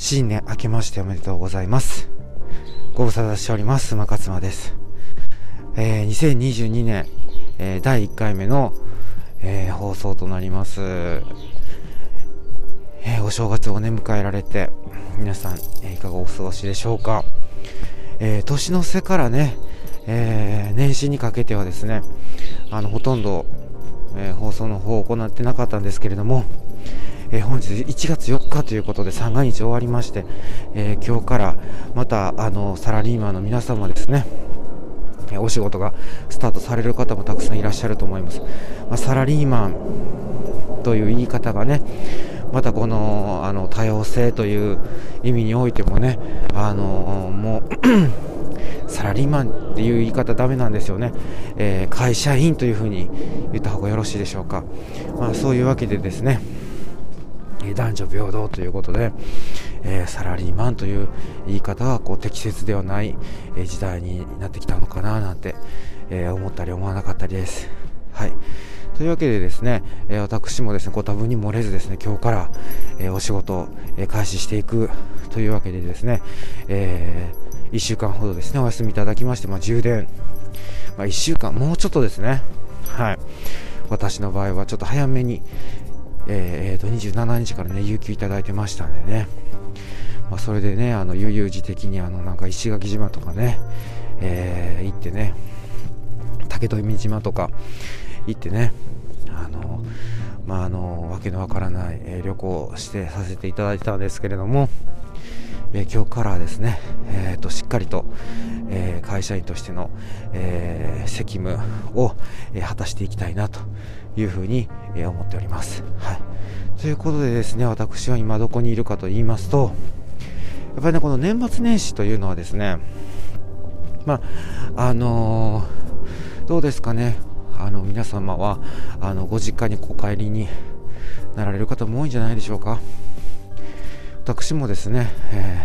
新年明けましておめでとうございます。ご無沙汰しております。馬勝間です。2022年、第1回目の、放送となります。お正月をね迎えられて皆さん、いかがお過ごしでしょうか。年の瀬からね、年始にかけてはですね、ほとんど、放送の方を行ってなかったんですけれども、本日1月4日ということで三が日終わりまして、今日からまたサラリーマンの皆様ですね、お仕事がスタートされる方もたくさんいらっしゃると思います。サラリーマンという言い方がね、またこの多様性という意味においてもね、もうサラリーマンっていう言い方ダメなんですよね。会社員というふうに言った方がよろしいでしょうか。そういうわけでですね、男女平等ということで、サラリーマンという言い方は適切ではない、時代になってきたのかななんて、思ったり思わなかったりです。はい。というわけでですね、私もですね、ご多分に漏れずですね、今日から、お仕事を、開始していくというわけでですね、1週間ほどですね、お休みいただきまして、充電、1週間、もうちょっとですね、はい。私の場合はちょっと早めに、27日からね、有給いただいてましたんでね、それでね、悠々自適になんか石垣島とかね、行ってね、竹富島とか行ってね、わけのわからない、旅行をしてさせていただいたんですけれども、今日からはですね、しっかりと、会社員としての、責務を、果たしていきたいなというふうに、思っております。はい。ということでですね、私は今どこにいるかと言いますと、やっぱりね、この年末年始というのはですね、どうですかね、皆様はご実家にお帰りになられる方も多いんじゃないでしょうか。私もですね、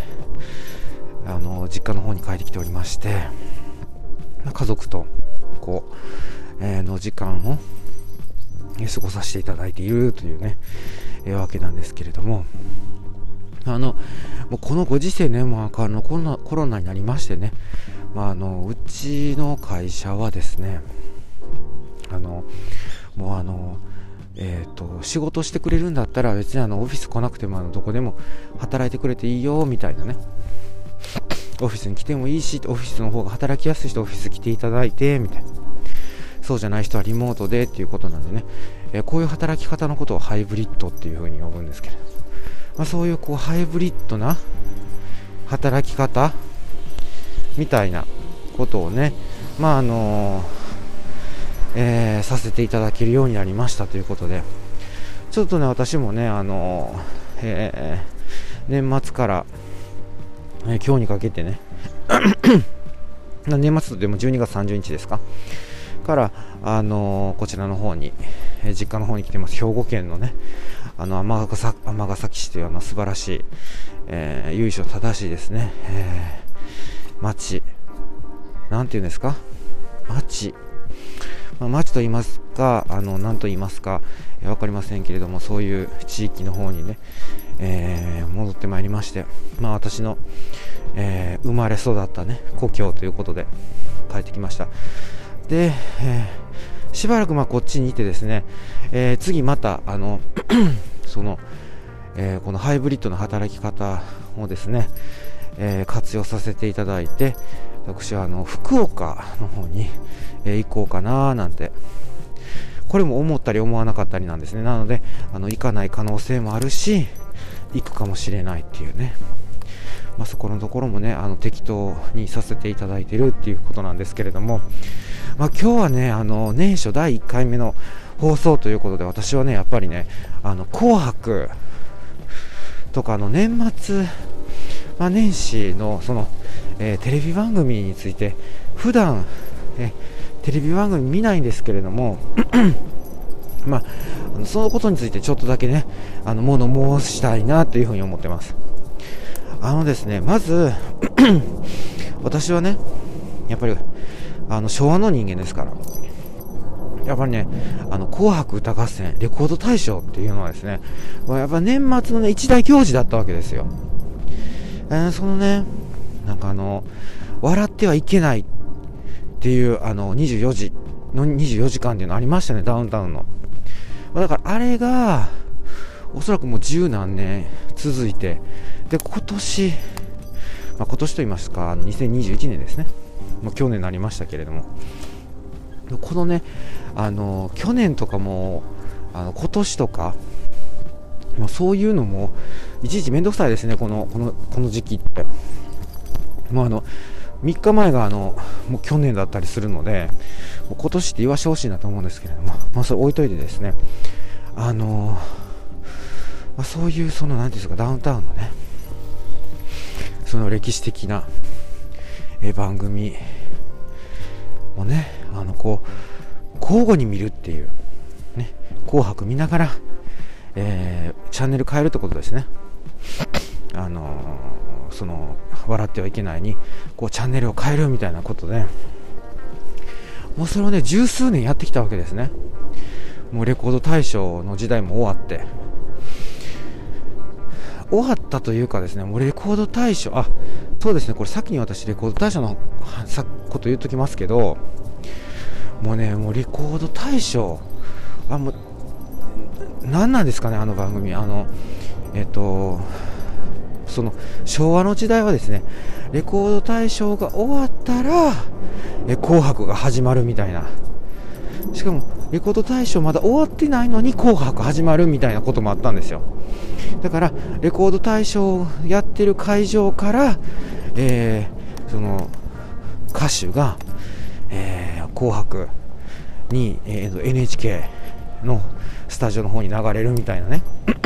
実家の方に帰ってきておりまして、家族との時間を過ごさせていただいているというね、わけなんですけれども、もうこのご時世ね、コロナになりましてね、うちの会社はですね、もう仕事してくれるんだったら別にオフィス来なくてもどこでも働いてくれていいよみたいなね、オフィスに来てもいいし、オフィスの方が働きやすい人オフィス来ていただいてみたいな、そうじゃない人はリモートでっていうことなんでね、こういう働き方のことをハイブリッドっていう風に呼ぶんですけれど、そういうハイブリッドな働き方みたいなことをね、させていただけるようになりましたということで、ちょっとね、私もね、年末から、今日にかけてね年末でも12月30日ですかから、こちらの方に、実家の方に来てます。兵庫県のね、尼崎市という素晴らしい、由緒正しいですね、町、なんていうんですか、町と言いますか、何と言いますか、わかりませんけれども、そういう地域の方にね、戻ってまいりまして、私の、生まれ育ったね、故郷ということで帰ってきました。で、しばらくこっちにいてですね、次またこのハイブリッドな働き方をですね、活用させていただいて、私は福岡の方に、行こうかななんて、これも思ったり思わなかったりなんですね。なので行かない可能性もあるし、行くかもしれないっていうね、そこのところもね、適当にさせていただいているっていうことなんですけれども、今日はね、年初第1回目の放送ということで、私はね、やっぱりね、紅白とか年末、年始のテレビ番組について、普段テレビ番組見ないんですけれどもそのことについてちょっとだけね、物申したいなというふうに思ってます。ですね、まず私はね、やっぱり昭和の人間ですから、やっぱりね、紅白歌合戦レコード大賞っていうのはですね、やっぱ年末のね、一大行事だったわけですよ。 そのね、なんか笑ってはいけないっていう24時間っていうのありましたね、ダウンタウンの。だからあれがおそらくもう十何年続いて、で今年と言いますか、2021年ですね、もう去年になりましたけれども、このね去年とかも今年とかそういうのもいちいちめんどくさいですね、この時期って。もう3日前がもう去年だったりするので、もう今年って言わしてほしいなと思うんですけれども、それ置いといてですね、そういうなんていうんですか、ダウンタウンのね、その歴史的な番組をね、こう交互に見るっていうね、紅白見ながら、チャンネル変えるってことですね。笑ってはいけないにこうチャンネルを変えるみたいなことで、もうそれをね十数年やってきたわけですね。もうレコード大賞の時代も終わったというかですね、もうレコード大賞、そうですね、これ先に私レコード大賞のこと言っときますけど、もうレコード大賞もう何なんですかね、あの番組。その昭和の時代はですね、レコード大賞が終わったら紅白が始まるみたいな、しかもレコード大賞まだ終わってないのに紅白始まるみたいなこともあったんですよ。だからレコード大賞をやってる会場から、その歌手が、紅白に、NHK のスタジオの方に流れるみたいなね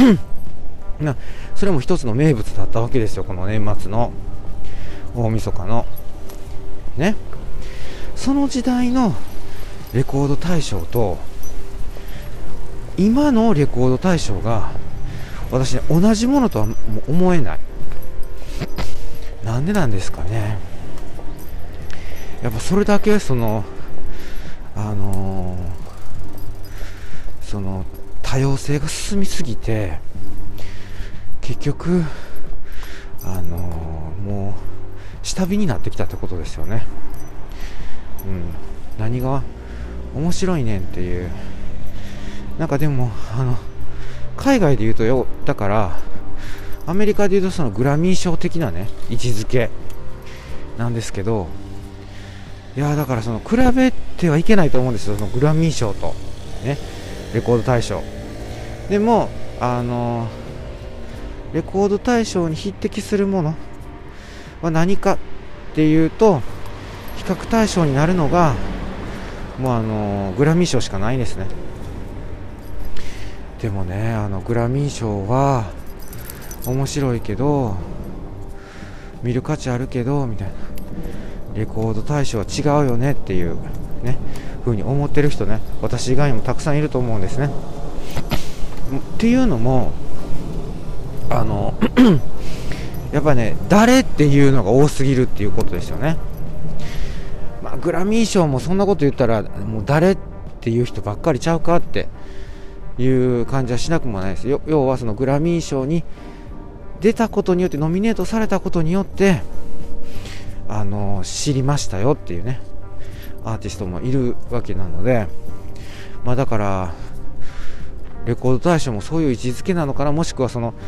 それも一つの名物だったわけですよ、この年末の大晦日のね。その時代のレコード大賞と今のレコード大賞が私ね、同じものとは思えない。なんでなんですかね。やっぱそれだけその多様性が進みすぎて、結局もう下火になってきたってことですよね。何が面白いねんっていう。なんかでも海外で言うとだからアメリカで言うとそのグラミー賞的なね位置づけなんですけど、いやだからその比べてはいけないと思うんですよ、そのグラミー賞とねレコード大賞でもレコード大賞に匹敵するものは何かっていうと、比較対象になるのがもうグラミー賞しかないですね。でもね、グラミー賞は面白いけど見る価値あるけどみたいな、レコード大賞は違うよねっていうね風に思ってる人ね、私以外にもたくさんいると思うんですね。っていうのもやっぱね、誰っていうのが多すぎるっていうことですよね。グラミー賞もそんなこと言ったらもう誰っていう人ばっかりちゃうかっていう感じはしなくもないです。要はそのグラミー賞に出たことによって、ノミネートされたことによって知りましたよっていうねアーティストもいるわけなので、だからレコード大賞もそういう位置づけなのかな、もしくはその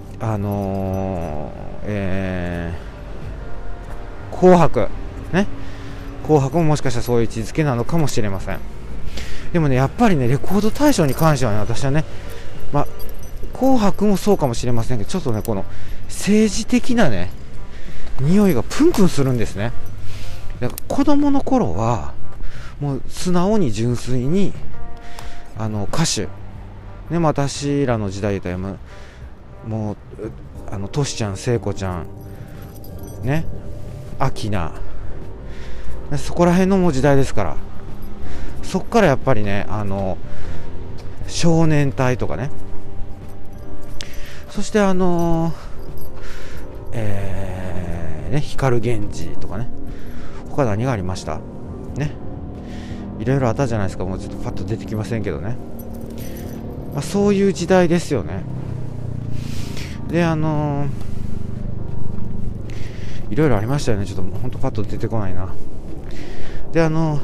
紅白ね、紅白ももしかしたらそういう位置づけなのかもしれません。でもね、やっぱりねレコード大賞に関してはね、私はね、紅白もそうかもしれませんけど、ちょっとねこの政治的なね匂いがプンプンするんですね。だから子供の頃はもう素直に純粋に歌手ね、私らの時代でもうトシちゃん、聖子ちゃんね、アキナ、そこら辺のもう時代ですから、そっからやっぱりね少年隊とかね、そして光源氏とかね、他何がありましたね、いろいろあったじゃないですか。もうちょっとパッと出てきませんけどね、そういう時代ですよね。でいろいろありましたよね。ちょっとほんとパッと出てこないな。で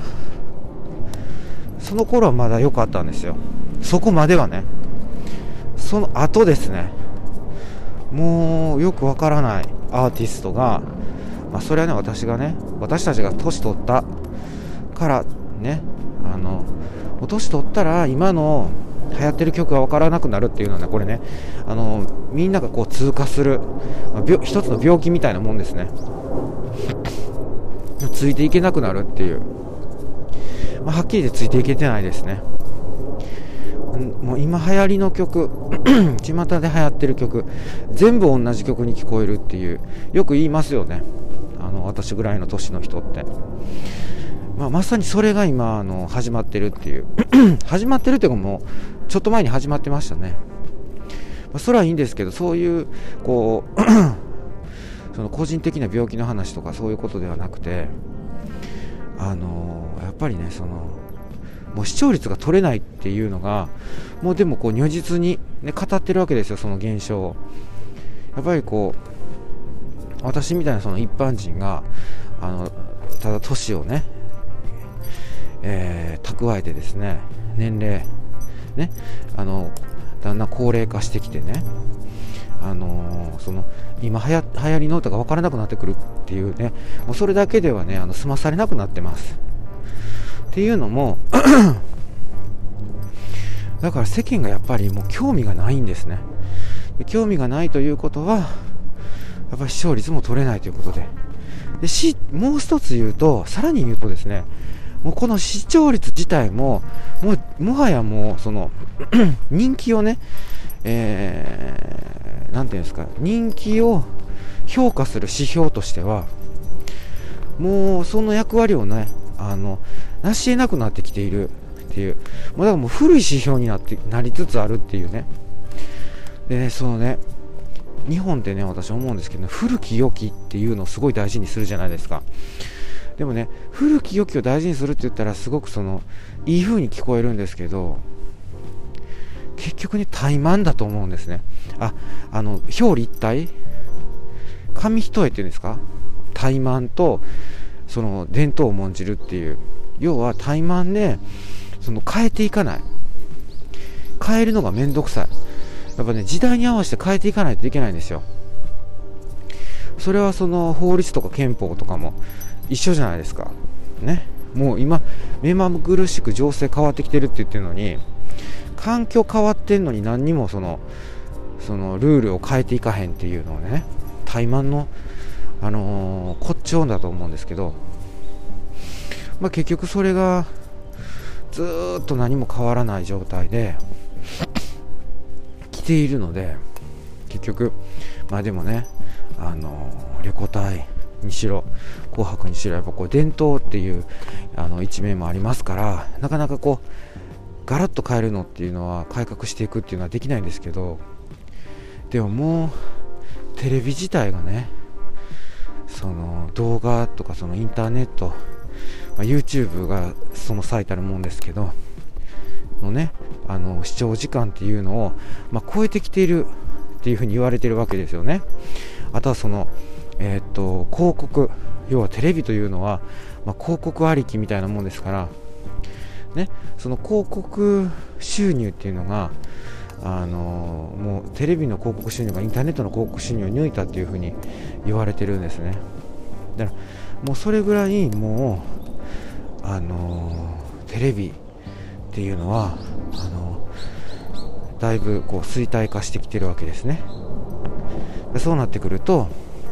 その頃はまだ良かったんですよ。そこまではね。その後ですね、もうよくわからないアーティストが、それはね、私たちが年取ったからね、年取ったら今の流行ってる曲がわからなくなるっていうのはね、これね、みんながこう通過する、一つの病気みたいなもんですね。ついていけなくなるっていう、はっきり言ってついていけてないですね。もう今流行りの曲巷で流行ってる曲全部同じ曲に聞こえるっていう、よく言いますよね、私ぐらいの年の人って。まさにそれが今始まってるっていう始まってるっていうか、もうちょっと前に始まってましたね。それはいいんですけど、そういうこうその個人的な病気の話とかそういうことではなくて、やっぱりね、もう視聴率が取れないっていうのが、もうでもこう如実に、ね、語ってるわけですよ、その現象を。やっぱりこう私みたいなその一般人がただ年をね、蓄えてですね、年齢ね、だんだん高齢化してきてね、今流行りの歌が分からなくなってくるっていうね、もうそれだけではね、済まされなくなってますっていうのもだから世間がやっぱりもう興味がないんですね。興味がないということは、やっぱり視聴率も取れないということで、もう一つ言うと、さらに言うとですね、もうこの視聴率自体ももはやもうその人気をね、なんていうんですか、人気を評価する指標としては、もうその役割をね、成し得なくなってきているっていう、もうだからもう古い指標になりつつあるっていうね。でね、そのね、日本ってね、私思うんですけどね、古き良きっていうのをすごい大事にするじゃないですか。でもね、古き良きを大事にするって言ったらすごくいい風に聞こえるんですけど、結局ね、怠慢だと思うんですね。表裏一体、紙一重っていうんですか、怠慢とその伝統を重んじるっていう、要は怠慢で変えていかない、変えるのがめんどくさい。やっぱね、時代に合わせて変えていかないといけないんですよ。それは法律とか憲法とかも一緒じゃないですかね。もう今目まぐるしく情勢変わってきてるって言ってるのに、環境変わってんのに何にもそのルールを変えていかへんっていうのはね、怠慢の骨頂だと思うんですけど、結局それがずーっと何も変わらない状態で来ているので、結局でもね、レコ大にしろ紅白にしろ、やっぱこう伝統っていう一面もありますから、なかなかこうガラッと変えるのっていうのは、改革していくっていうのはできないんですけど、でももうテレビ自体がね、動画とかインターネット、YouTube が最たるもんですけどのね、視聴時間っていうのを、超えてきているっていうふうに言われているわけですよね。あとは広告、要はテレビというのは、広告ありきみたいなもんですからね、その広告収入っていうのがもうテレビの広告収入がインターネットの広告収入を抜いたっていうふうに言われてるんですね。だからもうそれぐらいもうテレビっていうのはだいぶこう衰退化してきてるわけですね。そうなってくると、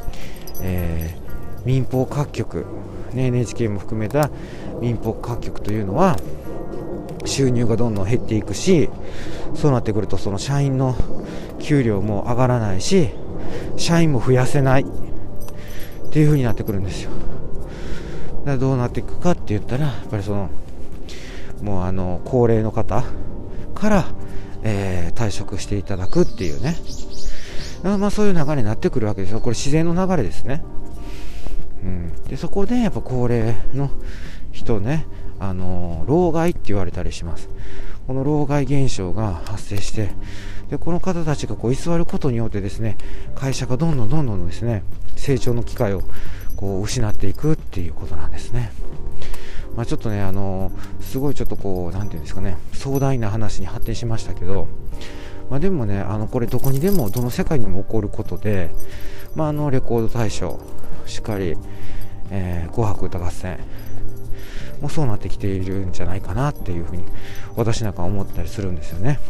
民放各局、ね、NHK も含めた民放各局というのは収入がどんどん減っていくし、そうなってくるとその社員の給料も上がらないし、社員も増やせないっていう風になってくるんですよ。だからどうなっていくかって言ったら、やっぱりもう高齢の方から、退職していただくっていうね、そういう流れになってくるわけですよ。これ自然の流れですね。でそこでやっぱ高齢の人ね、 老害って言われたりします。この老害現象が発生して、でこの方たちがこう居座ることによってですね、会社がどんどんですね、成長の機会をこう失っていくっていうことなんですね。ちょっとね、すごいちょっとこう、なんていうんですかね、壮大な話に発展しましたけど、でもね、これどこにでも、どの世界にも起こることで、レコード大賞、しっかり、紅白歌合戦、もうそうなってきているんじゃないかなっていうふうに、私なんか思ったりするんですよね。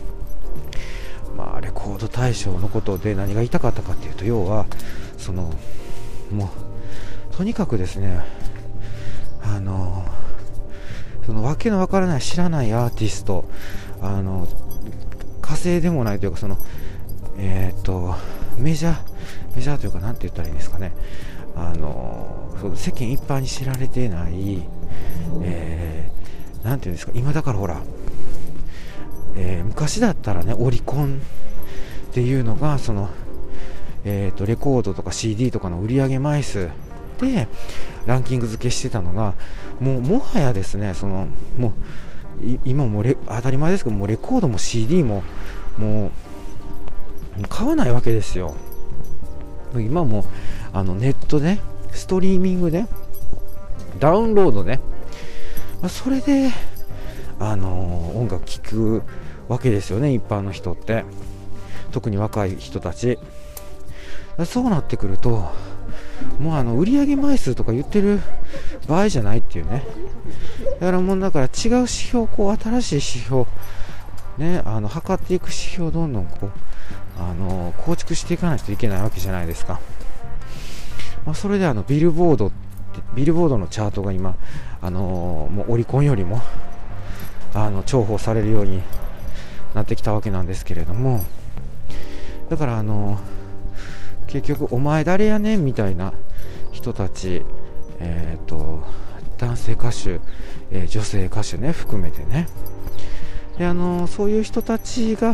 レコード大賞のことで何が言いたかったかっていうと、要は、もう、とにかくですね、そのわけのわからない、知らないアーティスト、稼いでもないというか、メジャーというか、なんて言ったらいいんですかね、世間一般に知られてない、なんていうんですか、今だからほら、昔だったらね、オリコンっていうのが、レコードとか CD とかの売上枚数でランキング付けしてたのが、もはやですね、もう今も当たり前ですけど、もうレコードも CD ももう買わないわけですよ。今もネットで、ストリーミングで、ダウンロードで、それで音楽聴くわけですよね、一般の人って。特に若い人たち。そうなってくると、もう売上枚数とか言ってる場合じゃないっていうね。だからもう、だから違う指標、こう新しい指標ね、測っていく指標をどんどんこう構築していかないといけないわけじゃないですか。それでビルボードのチャートが今もうオリコンよりも重宝されるようになってきたわけなんですけれども、だから結局お前誰やねんみたいな人たち、男性歌手、女性歌手ね含めてね、でそういう人たちが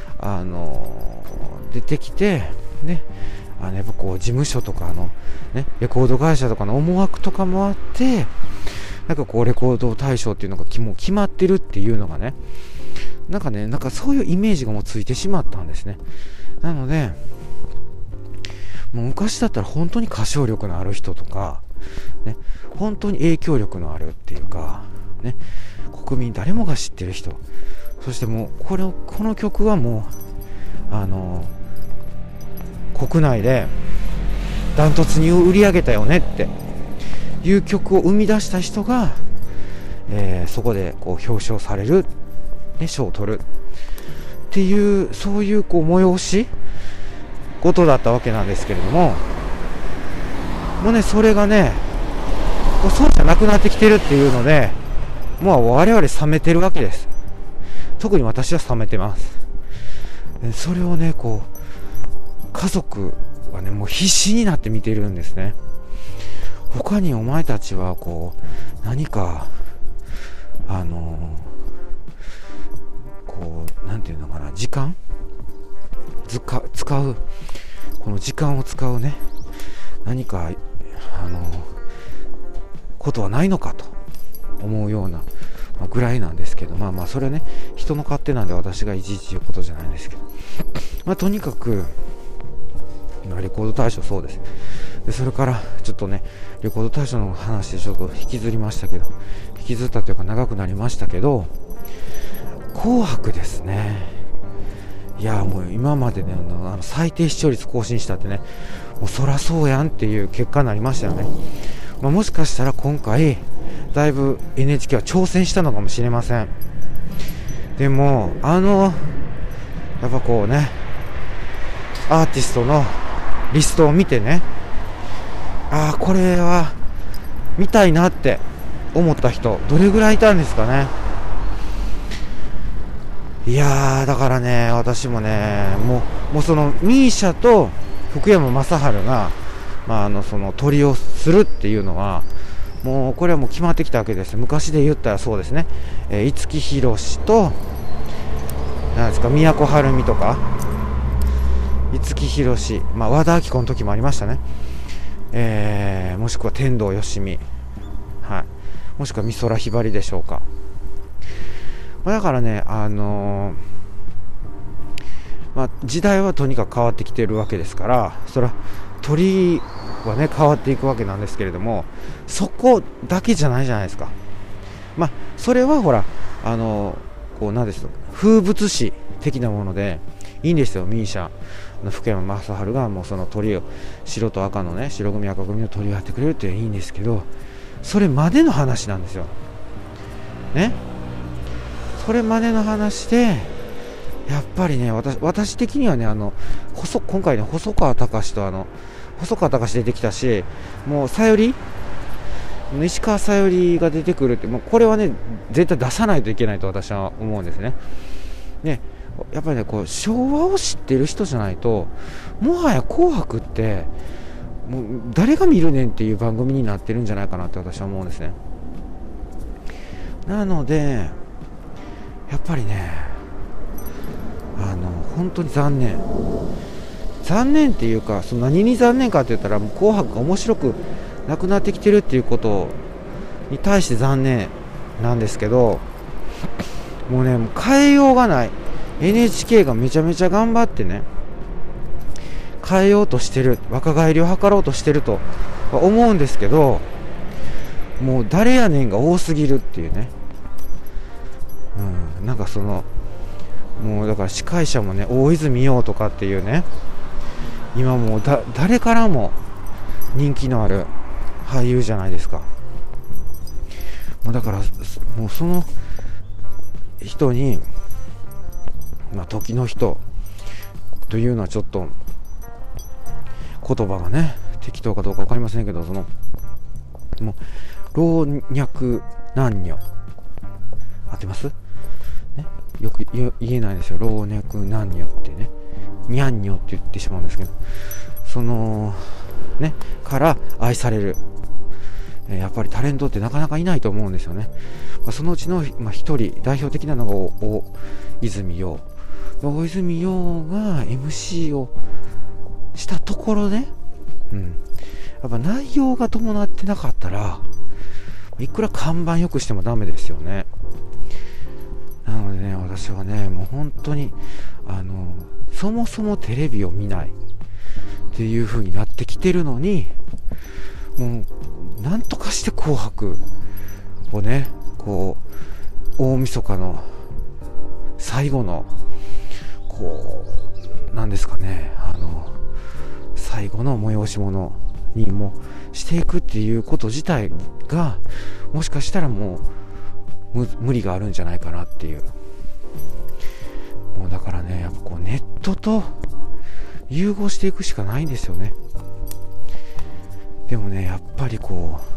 出てきてね、やっぱこう事務所とかね、レコード会社とかの思惑とかもあって、なんかこうレコード大賞っていうのがもう決まってるっていうのがね、なんかそういうイメージがもうついてしまったんですね。なのでもう昔だったら本当に歌唱力のある人とか、ね、本当に影響力のあるっていうか、ね、国民誰もが知ってる人、そしてもうこの曲はもう国内でダントツに売り上げたよねっていう曲を生み出した人が、そこでこう表彰される、ね、賞を取るっていう、そういうこう催しことだったわけなんですけれども、もうね、それがね、もうそうじゃなくなってきてるっていうので、もう我々冷めてるわけです。特に私は冷めてます。それをね、こう家族はね、もう必死になって見てるんですね。他にお前たちはこう何かこうなんていうのかな、使うこの時間を使うね、何かことはないのかと思うようなぐらいなんですけど、それはね人の勝手なんで私がいちいち言うことじゃないんですけど、とにかくレコード大賞そうです。でそれからちょっとねレコード大賞の話でちょっと引きずりましたけど、引きずったというか長くなりましたけど、紅白ですね。いやもう今までね最低視聴率更新したってね、もうそらそうやんっていう結果になりましたよね。もしかしたら今回だいぶ NHK は挑戦したのかもしれません。でもやっぱこうねアーティストのリストを見てね、これは見たいなって思った人どれぐらいいたんですかね。いやーだからね、私もねもうその MISIA と福山雅治が、そのトリをするっていうのはもうこれはもう決まってきたわけです。昔で言ったらそうですね、五木ひろしとなんですか都はるみとか、五木ひろし、和田アキ子の時もありましたね、もしくは天童よしみ、はい、 もしくは美空ひばりでしょうか。だからね、時代はとにかく変わってきているわけですから、それは鳥はね変わっていくわけなんですけれども、そこだけじゃないじゃないですか。それはほら何ですか、風物詩的なものでいいんですよ。ミーシャ福山雅治がもうその鳥を白と赤のね、白組赤組の鳥をやってくれるっていいんですけど、それまでの話なんですよね。それまでの話でやっぱりね、私的にはね、今回ね細川たかし出てきたし、もうさゆり石川さゆりが出てくるって、もうこれはね絶対出さないといけないと私は思うんですね。やっぱりね昭和を知ってる人じゃないと、もはや紅白ってもう誰が見るねんっていう番組になってるんじゃないかなって私は思うんですね。なのでやっぱりね、本当に残念っていうか、何に残念かって言ったら、もう紅白が面白くなくなってきてるっていうことに対して残念なんですけど、もうね変えようがない。 NHK がめちゃめちゃ頑張ってね変えようとしてる、若返りを図ろうとしてると思うんですけど、もう誰やねんが多すぎるっていうね。なんかもうだから司会者もね大泉洋とかっていうね、今もう誰からも人気のある俳優じゃないですか。もうだからもうその人に、時の人というのはちょっと言葉がね適当かどうか分かりませんけど、もう老若男女合ってます、ね、よく言えないですよ。老若男女ってね、にゃんにょって言ってしまうんですけど、から愛される、やっぱりタレントってなかなかいないと思うんですよね。そのうちの一人代表的なのが大泉洋が MC をしたところね、やっぱ内容が伴ってなかったらいくら看板よくしてもダメですよね。なのでね、私はねもう本当にそもそもテレビを見ないっていう風になってきてるのに、もうなんとかして紅白をね大晦日の最後のなんですかね、最後の催し物にもしていくっていうこと自体がもしかしたらもう無理があるんじゃないかなっていう。もうだからね、やっぱネットと融合していくしかないんですよね。でもね、やっぱりやっ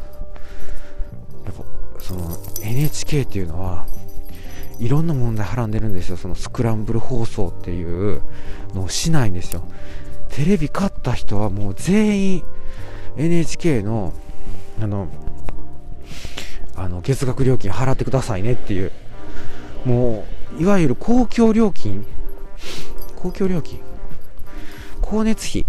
ぱNHK っていうのはいろんな問題はらんでるんですよ。スクランブル放送っていうのをしないんですよ。テレビ買った人はもう全員 NHK の月額料金払ってくださいねっていう、もういわゆる公共熱費、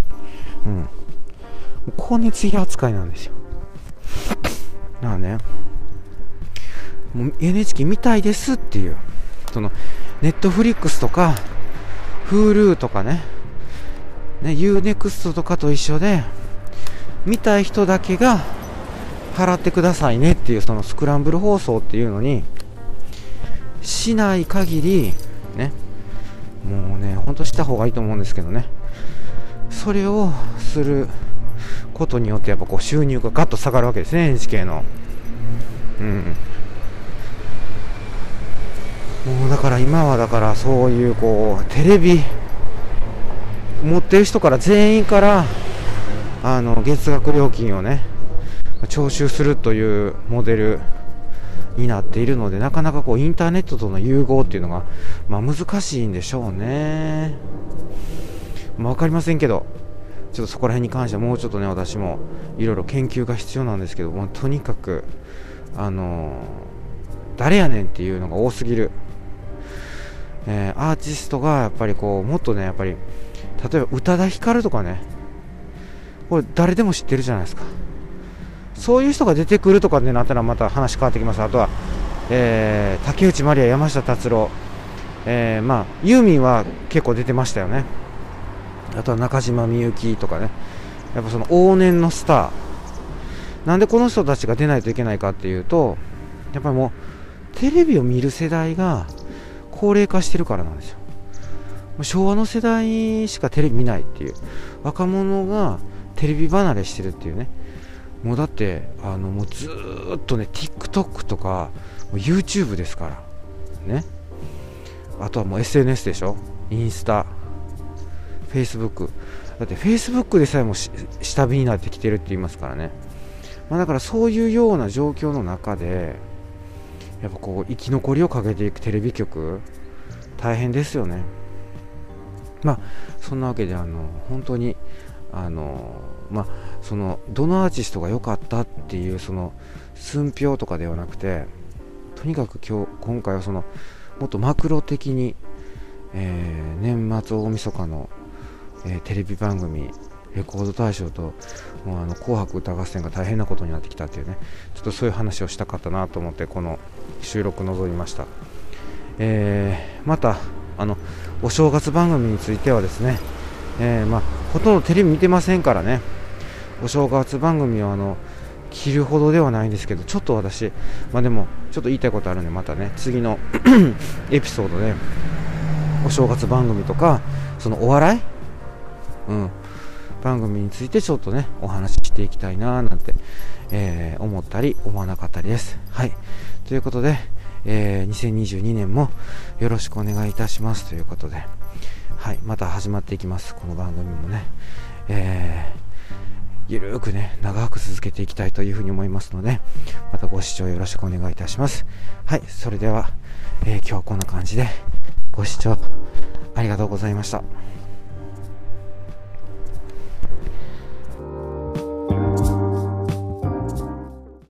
光熱費扱いなんですよ。だからね、もう NHK 見たいですっていう、ネットフリックスとか Hulu とかね、Unext とかと一緒で見たい人だけが払ってくださいねっていう、スクランブル放送っていうのにしない限りね、もうね本当した方がいいと思うんですけどね。それをすることによってやっぱ収入がガッと下がるわけですね、 NHK の。もうだから今はそういうテレビ持ってる人から全員から月額料金をね徴収するというモデルになっているので、なかなかインターネットとの融合っていうのが難しいんでしょうね。分かりませんけど、ちょっとそこら辺に関してはもうちょっとね私もいろいろ研究が必要なんですけども、とにかく誰やねんっていうのが多すぎる。アーティストがやっぱりもっとね、やっぱり例えば宇多田ヒカルとかね、これ誰でも知ってるじゃないですか。 そういう人が出てくるとかってなったらまた話変わってきます。あとは、竹内まりや、山下達郎、ユーミンは結構出てましたよね。あとは中島みゆきとかね、やっぱその往年のスター、なんでこの人たちが出ないといけないかっていうと、やっぱりもうテレビを見る世代が高齢化してるからなんですよ。昭和の世代しかテレビ見ないっていう、若者がテレビ離れしてるっていうね。もうだってもうずーっとね TikTok とかもう YouTube ですからね。あとはもう SNS でしょ、インスタ、Facebook、だって Facebook でさえも下火になってきてるって言いますからね。だからそういうような状況の中でやっぱこう生き残りをかけていくテレビ局大変ですよね。そんなわけで本当にそのどのアーティストが良かったっていうその寸評とかではなくて、とにかく今回はそのもっとマクロ的に、年末大晦日の、テレビ番組レコード大賞ともう紅白歌合戦が大変なことになってきたっていうね、ちょっとそういう話をしたかったなと思ってこの収録臨みました。またお正月番組についてはですね、ほとんどテレビ見てませんからね、お正月番組は切るほどではないんですけど、ちょっと私でもちょっと言いたいことあるんで、またね次のエピソードでお正月番組とかそのお笑い、番組についてちょっとねお話ししていきたいななんて、思ったり思わなかったりです。はい、ということで、2022年もよろしくお願いいたしますということで、はい、また始まっていきます。この番組もね、ゆるーくね長く続けていきたいというふうに思いますので、またご視聴よろしくお願いいたします。はい、それでは、今日はこんな感じでご視聴ありがとうございました。